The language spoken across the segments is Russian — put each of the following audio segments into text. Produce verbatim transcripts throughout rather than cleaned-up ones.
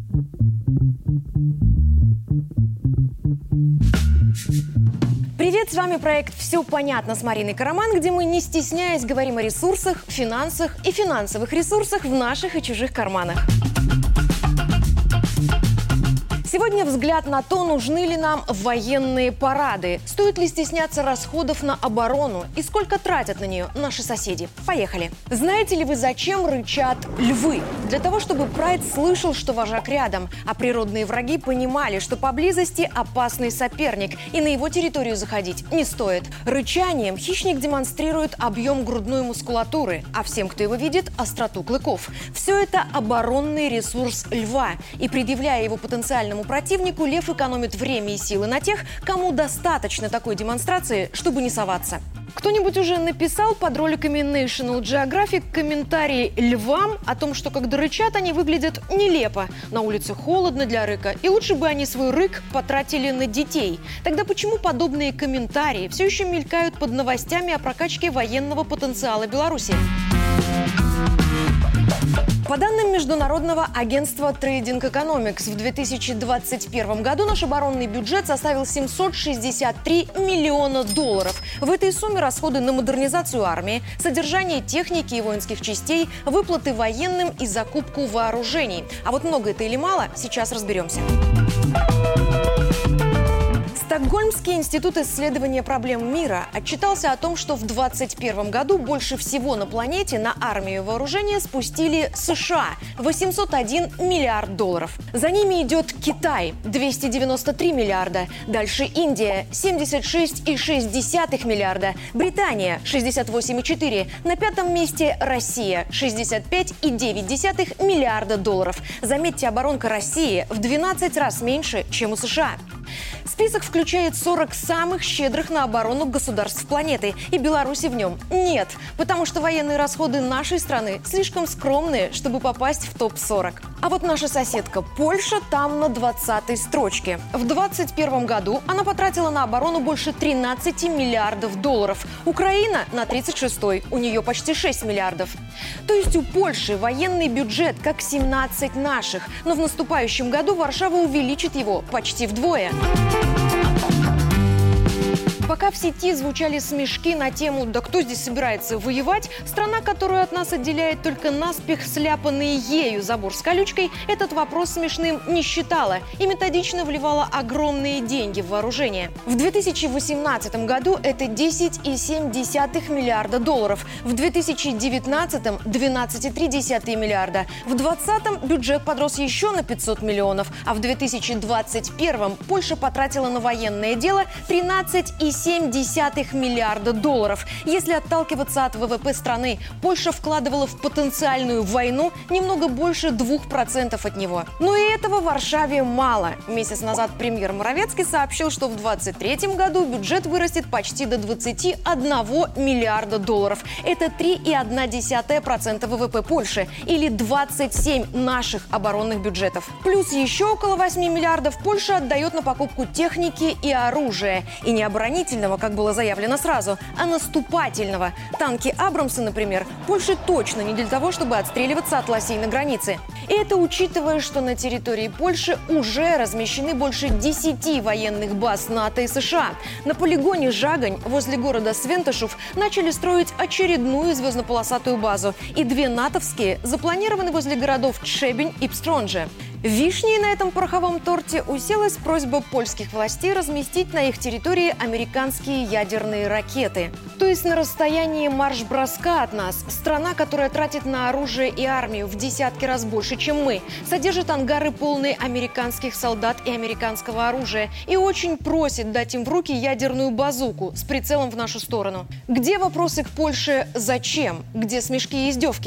Привет, с вами проект «Все понятно» с Мариной Караман, где мы, не стесняясь, говорим о ресурсах, финансах и финансовых ресурсах в наших и чужих карманах. Сегодня взгляд на то, нужны ли нам военные парады, стоит ли стесняться расходов на оборону и сколько тратят на нее наши соседи. Поехали! Знаете ли вы, зачем рычат львы? Для того, чтобы прайд слышал, что вожак рядом, а природные враги понимали, что поблизости опасный соперник, и на его территорию заходить не стоит. Рычанием хищник демонстрирует объем грудной мускулатуры, а всем, кто его видит, остроту клыков. Все это оборонный ресурс льва, и предъявляя его потенциальному противнику, лев экономит время и силы на тех, кому достаточно такой демонстрации, чтобы не соваться. Кто-нибудь уже написал под роликами National Geographic комментарии львам о том, что когда рычат, они выглядят нелепо. На улице холодно для рыка, и лучше бы они свой рык потратили на детей. Тогда почему подобные комментарии все еще мелькают под новостями о прокачке военного потенциала Беларуси? По данным Международного агентства Trading Economics, в две тысячи двадцать первом году наш оборонный бюджет составил семьсот шестьдесят три миллиона долларов. В этой сумме расходы на модернизацию армии, содержание техники и воинских частей, выплаты военным и закупку вооружений. А вот много это или мало, сейчас разберемся. Стокгольмский институт исследования проблем мира отчитался о том, что в двадцать первом году больше всего на планете на армию и вооружение спустили США – восемьсот один миллиард долларов. За ними идет Китай – двести девяносто три миллиарда, дальше Индия – семьдесят шесть целых шесть десятых миллиарда, Британия – шестьдесят восемь целых четыре десятых, на пятом месте Россия – шестьдесят пять целых девять десятых миллиарда долларов. Заметьте, оборонка России в двенадцать раз меньше, чем у США. Список включает сорок самых щедрых на оборону государств планеты, и Беларуси в нем нет, потому что военные расходы нашей страны слишком скромные, чтобы попасть в топ сорок. А вот наша соседка Польша там на двадцатой строчке. В двадцать первом году она потратила на оборону больше тринадцати миллиардов долларов. Украина на тридцать шестой, у нее почти шесть миллиардов. То есть у Польши военный бюджет как семнадцать наших, но в наступающем году Варшава увеличит его почти вдвое. Пока в сети звучали смешки на тему «Да кто здесь собирается воевать?», страна, которую от нас отделяет только наспех сляпанный ею забор с колючкой, этот вопрос смешным не считала и методично вливала огромные деньги в вооружение. В две тысячи восемнадцатом году это десять целых семь десятых миллиарда долларов, в две тысячи девятнадцатом – двенадцать целых три десятых миллиарда, в двадцатом бюджет подрос еще на пятьсот миллионов, а в две тысячи двадцать первом Польша потратила на военное дело тринадцать целых семь десятых миллиарда долларов. Если отталкиваться от ВВП страны, Польша вкладывала в потенциальную войну немного больше двух процентов от него. Но и этого в Варшаве мало. Месяц назад премьер Моровецкий сообщил, что в двадцать третьем году бюджет вырастет почти до двадцати одного миллиарда долларов. Это три целых одна десятая процента ВВП Польши или двадцать семь наших оборонных бюджетов. Плюс еще около восьми миллиардов Польша отдает на покупку техники и оружия. И не оборонительного, как было заявлено сразу, а наступательного. Танки Абрамсы, например, Польше точно не для того, чтобы отстреливаться от лосей на границе. И это учитывая, что на территории Польши уже размещены больше десяти военных баз НАТО и США. На полигоне Жагань возле города Свентошов начали строить очередную звездно-полосатую базу. И две натовские запланированы возле городов Trzebin и Pstrąże. Вишней на этом пороховом торте уселась просьба польских властей разместить на их территории американские ядерные ракеты. То есть на расстоянии марш-броска от нас страна, которая тратит на оружие и армию в десятки раз больше, чем мы, содержит ангары, полные американских солдат и американского оружия, и очень просит дать им в руки ядерную базуку с прицелом в нашу сторону. Где вопросы к Польше «зачем?», где смешки и издевки?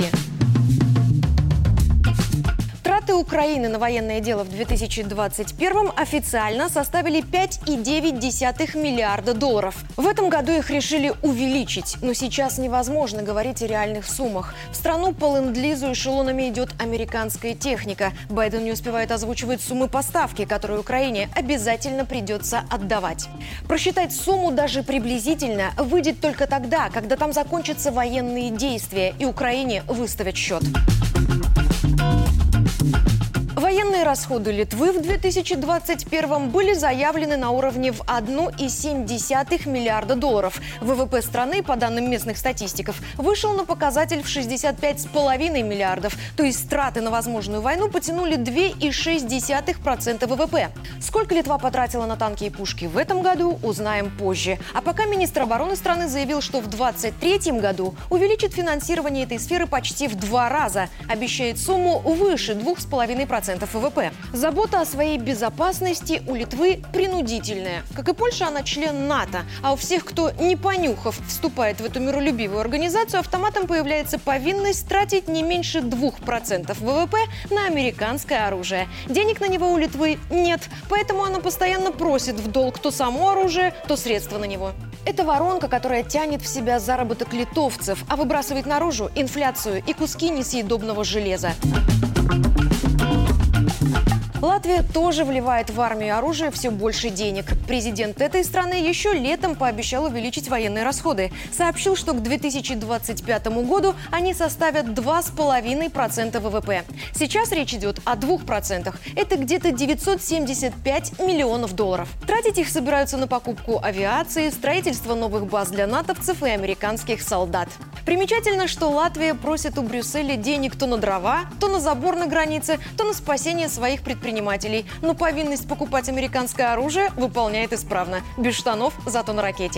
Траты Украины на военное дело в две тысячи двадцать первом официально составили пять целых девять десятых миллиарда долларов. В этом году их решили увеличить, но сейчас невозможно говорить о реальных суммах. В страну по ленд-лизу эшелонами идет американская техника. Байден не успевает озвучивать суммы поставки, которые Украине обязательно придется отдавать. Просчитать сумму даже приблизительно выйдет только тогда, когда там закончатся военные действия и Украине выставят счет. Военные расходы Литвы в две тысячи двадцать первом были заявлены на уровне в одна целая семь десятых миллиарда долларов. ВВП страны, по данным местных статистиков, вышел на показатель в шестьдесят пять целых пять десятых миллиардов. То есть траты на возможную войну потянули две целых шесть десятых процента ВВП. Сколько Литва потратила на танки и пушки в этом году, узнаем позже. А пока министр обороны страны заявил, что в две тысячи двадцать третьем году увеличит финансирование этой сферы почти в два раза. Обещает сумму выше двух с половиной процентов ВВП. Забота о своей безопасности у Литвы принудительная. Как и Польша, она член НАТО. А у всех, кто, не понюхав, вступает в эту миролюбивую организацию, автоматом появляется повинность тратить не меньше двух процентов ВВП на американское оружие. Денег на него у Литвы нет, поэтому она постоянно просит в долг то само оружие, то средства на него. Это воронка, которая тянет в себя заработок литовцев, а выбрасывает наружу инфляцию и куски несъедобного железа. Латвия тоже вливает в армию оружия все больше денег. Президент этой страны еще летом пообещал увеличить военные расходы. Сообщил, что к две тысячи двадцать пятому году они составят два с половиной процента ВВП. Сейчас речь идет о двух процентах. Это где-то девятьсот семьдесят пять миллионов долларов. Тратить их собираются на покупку авиации, строительство новых баз для натовцев и американских солдат. Примечательно, что Латвия просит у Брюсселя денег то на дрова, то на забор на границе, то на спасение своих предпринимателей. Но повинность покупать американское оружие выполняет исправно. Без штанов, зато на ракете.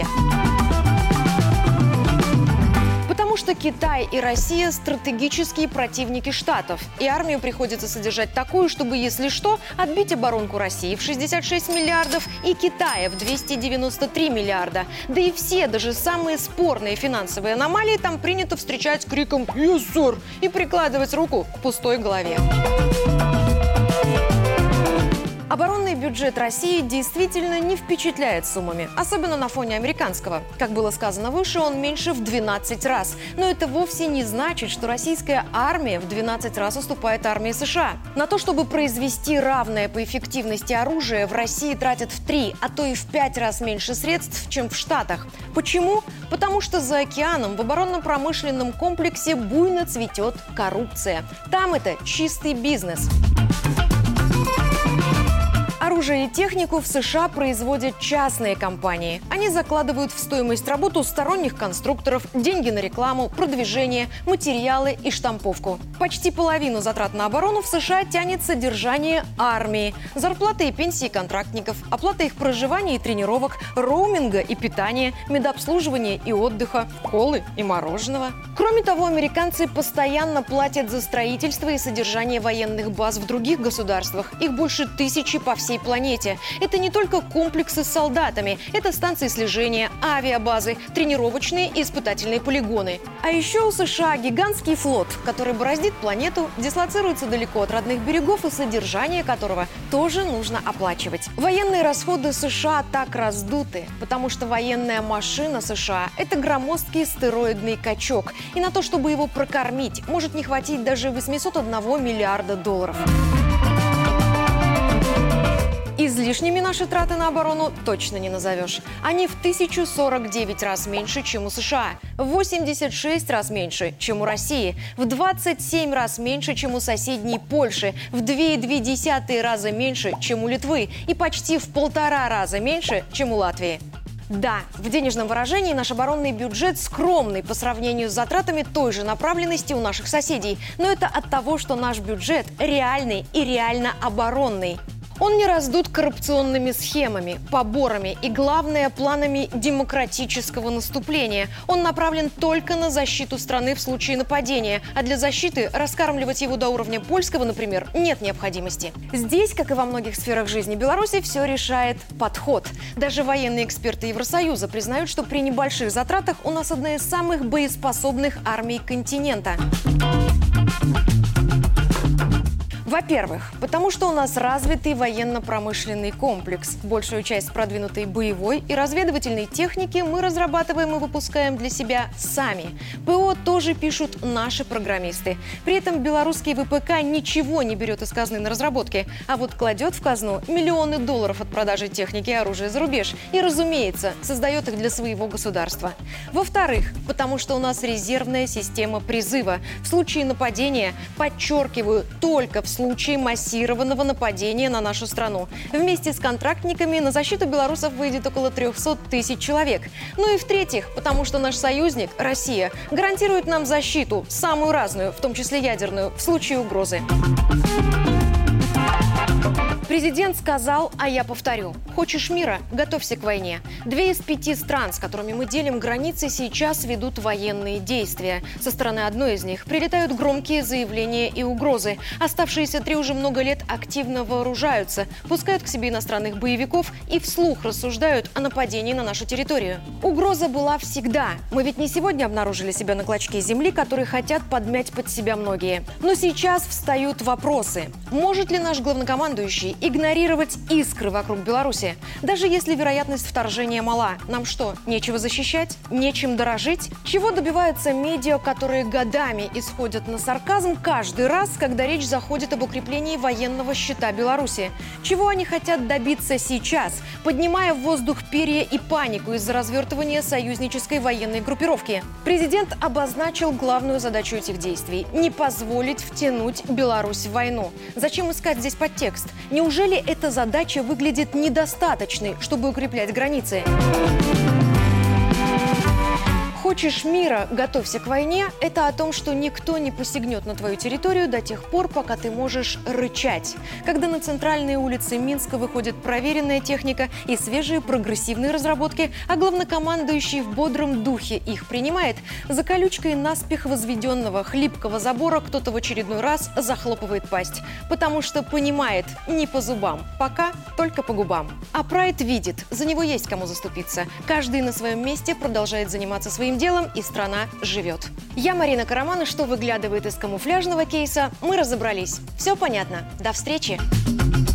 Потому что Китай и Россия – стратегические противники Штатов. И армию приходится содержать такую, чтобы, если что, отбить оборонку России в шестьдесят шесть миллиардов и Китая в двести девяносто три миллиарда. Да и все, даже самые спорные финансовые аномалии там принято встречать криком «Yes, sir!» и прикладывать руку к пустой голове. Оборонный бюджет России действительно не впечатляет суммами, особенно на фоне американского. Как было сказано выше, он меньше в двенадцать раз. Но это вовсе не значит, что российская армия в двенадцать раз уступает армии США. На то, чтобы произвести равное по эффективности оружие, в России тратят в три, а то и в пять раз меньше средств, чем в Штатах. Почему? Потому что за океаном в оборонно-промышленном комплексе буйно цветет коррупция. Там это чистый бизнес. Оружие и технику в США производят частные компании. Они закладывают в стоимость работу сторонних конструкторов, деньги на рекламу, продвижение, материалы и штамповку. Почти половину затрат на оборону в США тянет содержание армии. Зарплаты и пенсии контрактников, оплата их проживания и тренировок, роуминга и питания, медобслуживания и отдыха, колы и мороженого. Кроме того, американцы постоянно платят за строительство и содержание военных баз в других государствах. Их больше тысячи по всей планете. Это не только комплексы с солдатами, это станции слежения, авиабазы, тренировочные и испытательные полигоны. А еще у США гигантский флот, который бороздит планету, дислоцируется далеко от родных берегов и содержание которого тоже нужно оплачивать. Военные расходы США так раздуты, потому что военная машина США – это громоздкий стероидный качок. И на то, чтобы его прокормить, может не хватить даже восьмисот одного миллиарда долларов. Излишними наши траты на оборону точно не назовешь. Они в тысячу сорок девять раз меньше, чем у США, в восемьдесят шесть раз меньше, чем у России, в двадцать семь раз меньше, чем у соседней Польши, в два целых две десятых раза меньше, чем у Литвы и почти в полтора раза меньше, чем у Латвии. Да, в денежном выражении наш оборонный бюджет скромный по сравнению с затратами той же направленности у наших соседей. Но это от того, что наш бюджет реальный и реально оборонный. Он не раздут коррупционными схемами, поборами и, главное, планами демократического наступления. Он направлен только на защиту страны в случае нападения, а для защиты раскармливать его до уровня польского, например, нет необходимости. Здесь, как и во многих сферах жизни Беларуси, все решает подход. Даже военные эксперты Евросоюза признают, что при небольших затратах у нас одна из самых боеспособных армий континента. Во-первых, потому что у нас развитый военно-промышленный комплекс. Большую часть продвинутой боевой и разведывательной техники мы разрабатываем и выпускаем для себя сами. ПО тоже пишут наши программисты. При этом белорусский ВПК ничего не берет из казны на разработки, а вот кладет в казну миллионы долларов от продажи техники и оружия за рубеж. И, разумеется, создает их для своего государства. Во-вторых, потому что у нас резервная система призыва. В случае нападения, подчеркиваю, только в случае случай массированного нападения на нашу страну. Вместе с контрактниками на защиту белорусов выйдет около трёхсот тысяч человек. Ну и в-третьих, потому что наш союзник, Россия, гарантирует нам защиту, самую разную, в том числе ядерную, в случае угрозы. Президент сказал, а я повторю. Хочешь мира? Готовься к войне. Две из пяти стран, с которыми мы делим границы, сейчас ведут военные действия. Со стороны одной из них прилетают громкие заявления и угрозы. Оставшиеся три уже много лет активно вооружаются, пускают к себе иностранных боевиков и вслух рассуждают о нападении на нашу территорию. Угроза была всегда. Мы ведь не сегодня обнаружили себя на клочке земли, который хотят подмять под себя многие. Но сейчас встают вопросы. Может ли наш главнокомандующий игнорировать искры вокруг Беларуси? Даже если вероятность вторжения мала. Нам что, нечего защищать? Нечем дорожить? Чего добиваются медиа, которые годами исходят на сарказм каждый раз, когда речь заходит об укреплении военного щита Беларуси? Чего они хотят добиться сейчас, поднимая в воздух перья и панику из-за развертывания союзнической военной группировки? Президент обозначил главную задачу этих действий – не позволить втянуть Беларусь в войну. Зачем искать здесь подтекст? Неужели эта задача выглядит недостаточной, чтобы укреплять границы? Хочешь мира, готовься к войне – это о том, что никто не посягнет на твою территорию до тех пор, пока ты можешь рычать. Когда на центральные улицы Минска выходит проверенная техника и свежие прогрессивные разработки, а главнокомандующий в бодром духе их принимает, за колючкой наспех возведенного хлипкого забора кто-то в очередной раз захлопывает пасть. Потому что понимает – не по зубам, пока только по губам. А Прайд видит – за него есть кому заступиться. Каждый на своем месте продолжает заниматься своим делом, и страна живет. Я Марина Караман, и что выглядывает из камуфляжного кейса, мы разобрались. Все понятно. До встречи!